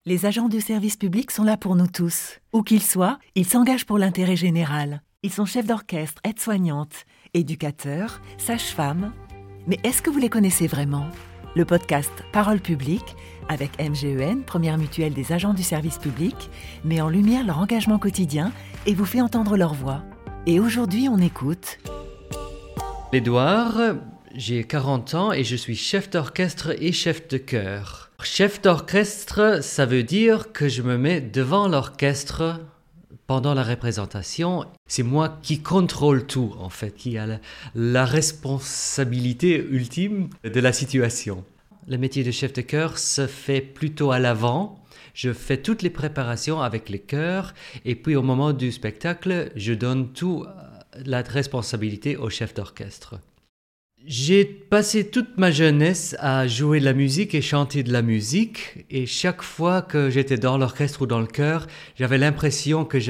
Les agents du service public sont là pour nous tous. Où qu'ils soient, ils s'engagent pour l'intérêt général. Ils sont chefs d'orchestre, aides-soignantes, éducateurs, sages-femmes. Mais est-ce que vous les connaissez vraiment ? Le podcast Parole publique, avec MGEN, première mutuelle des agents du service public, met en lumière leur engagement quotidien et vous fait entendre leur voix. Et aujourd'hui, on écoute... Édouard, j'ai 40 ans et je suis chef d'orchestre et chef de chœur. Chef d'orchestre, ça veut dire que je me mets devant l'orchestre pendant la représentation. C'est moi qui contrôle tout, en fait, qui a la responsabilité ultime de la situation. Le métier de chef de chœur se fait plutôt à l'avant. Je fais toutes les préparations avec les chœurs et puis au moment du spectacle, je donne toute la responsabilité au chef d'orchestre. J'ai passé toute ma jeunesse à jouer de la musique et chanter de la musique et chaque fois que j'étais dans l'orchestre ou dans le chœur, j'avais l'impression que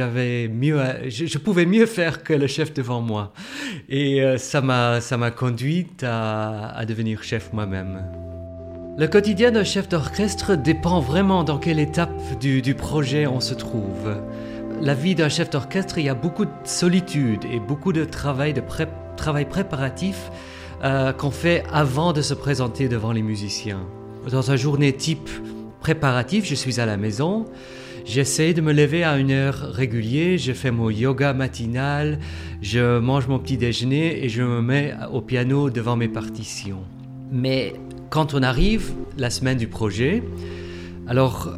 je pouvais mieux faire que le chef devant moi. Et ça m'a conduite à devenir chef moi-même. Le quotidien d'un chef d'orchestre dépend vraiment dans quelle étape du projet on se trouve. La vie d'un chef d'orchestre, il y a beaucoup de solitude et beaucoup de travail préparatif qu'on fait avant de se présenter devant les musiciens. Dans une journée type préparatif, je suis à la maison, j'essaie de me lever à une heure régulière, je fais mon yoga matinal, je mange mon petit déjeuner et je me mets au piano devant mes partitions. Mais quand on arrive la semaine du projet, alors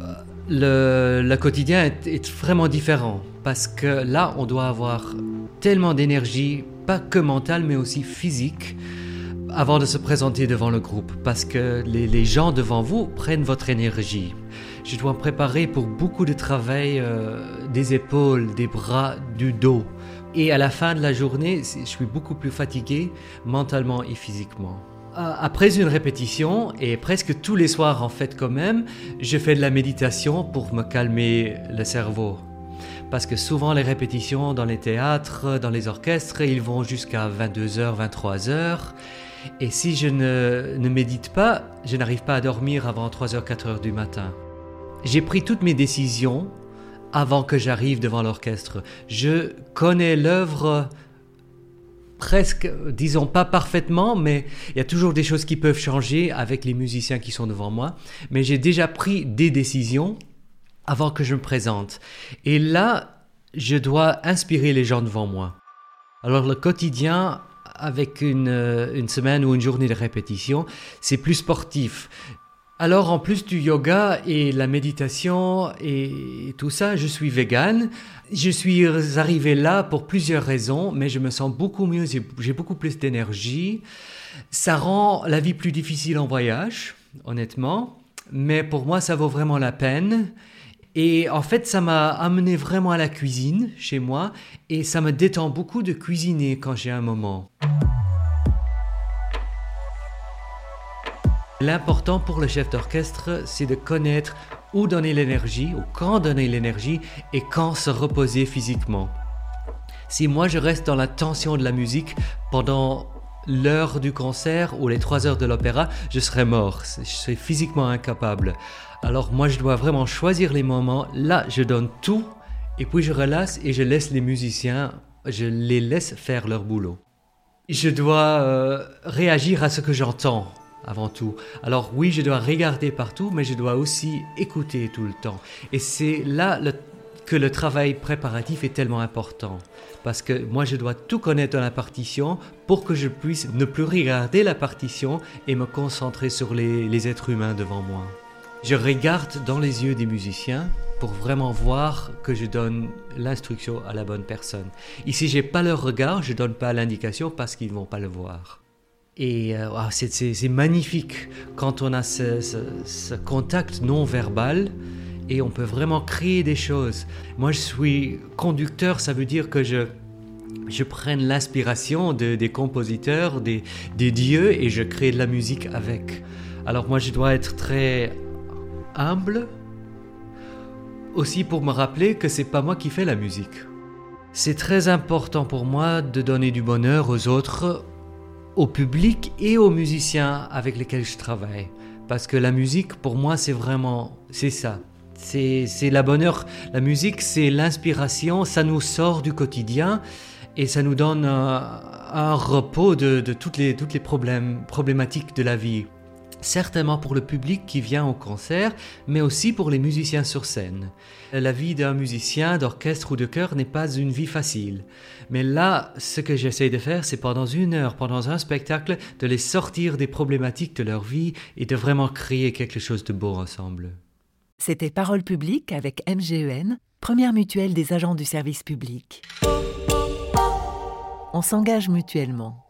le quotidien est vraiment différent parce que là, on doit avoir tellement d'énergie, pas que mentale mais aussi physique, avant de se présenter devant le groupe, parce que les gens devant vous prennent votre énergie. Je dois me préparer pour beaucoup de travail des épaules, des bras, du dos. Et à la fin de la journée, je suis beaucoup plus fatigué mentalement et physiquement. Après une répétition, et presque tous les soirs en fait quand même, je fais de la méditation pour me calmer le cerveau. Parce que souvent les répétitions dans les théâtres, dans les orchestres, ils vont jusqu'à 22h, 23h. Et si je ne médite pas, je n'arrive pas à dormir avant 3h, 4h du matin. J'ai pris toutes mes décisions avant que j'arrive devant l'orchestre. Je connais l'œuvre presque, disons pas parfaitement, mais il y a toujours des choses qui peuvent changer avec les musiciens qui sont devant moi. Mais j'ai déjà pris des décisions avant que je me présente. Et là, je dois inspirer les gens devant moi. Alors le quotidien, avec une semaine ou une journée de répétition, c'est plus sportif. Alors en plus du yoga et la méditation et tout ça, je suis vegan. Je suis arrivé là pour plusieurs raisons, mais je me sens beaucoup mieux, j'ai beaucoup plus d'énergie. Ça rend la vie plus difficile en voyage, honnêtement, mais pour moi ça vaut vraiment la peine. Et en fait, ça m'a amené vraiment à la cuisine chez moi et ça me détend beaucoup de cuisiner quand j'ai un moment. L'important pour le chef d'orchestre, c'est de connaître où donner l'énergie, ou quand donner l'énergie et quand se reposer physiquement. Si moi je reste dans la tension de la musique pendant l'heure du concert ou les 3 heures de l'opéra, je serais mort, je serais physiquement incapable. Alors moi je dois vraiment choisir les moments, là je donne tout et puis je relâche et je laisse les musiciens, je les laisse faire leur boulot. Je dois réagir à ce que j'entends avant tout. Alors oui, je dois regarder partout, mais je dois aussi écouter tout le temps. Et c'est là que le travail préparatif est tellement important. Parce que moi, je dois tout connaître dans la partition pour que je puisse ne plus regarder la partition et me concentrer sur les êtres humains devant moi. Je regarde dans les yeux des musiciens pour vraiment voir que je donne l'instruction à la bonne personne. Et si je n'ai pas leur regard, je ne donne pas l'indication parce qu'ils ne vont pas le voir. Et c'est magnifique quand on a ce contact non verbal et on peut vraiment créer des choses. Moi, je suis conducteur, ça veut dire que je prenne l'inspiration des compositeurs, des dieux et je crée de la musique avec. Alors moi, je dois être très humble aussi pour me rappeler que c'est pas moi qui fais la musique. C'est très important pour moi de donner du bonheur aux autres, au public et aux musiciens avec lesquels je travaille. Parce que la musique, pour moi, c'est ça. C'est la bonne heure. La musique, c'est l'inspiration, ça nous sort du quotidien et ça nous donne un repos de toutes les problématiques de la vie. Certainement pour le public qui vient au concert, mais aussi pour les musiciens sur scène. La vie d'un musicien d'orchestre ou de chœur n'est pas une vie facile. Mais là, ce que j'essaie de faire, c'est pendant 1 heure, pendant un spectacle, de les sortir des problématiques de leur vie et de vraiment créer quelque chose de beau ensemble. C'était Parole publique avec MGEN, première mutuelle des agents du service public. On s'engage mutuellement.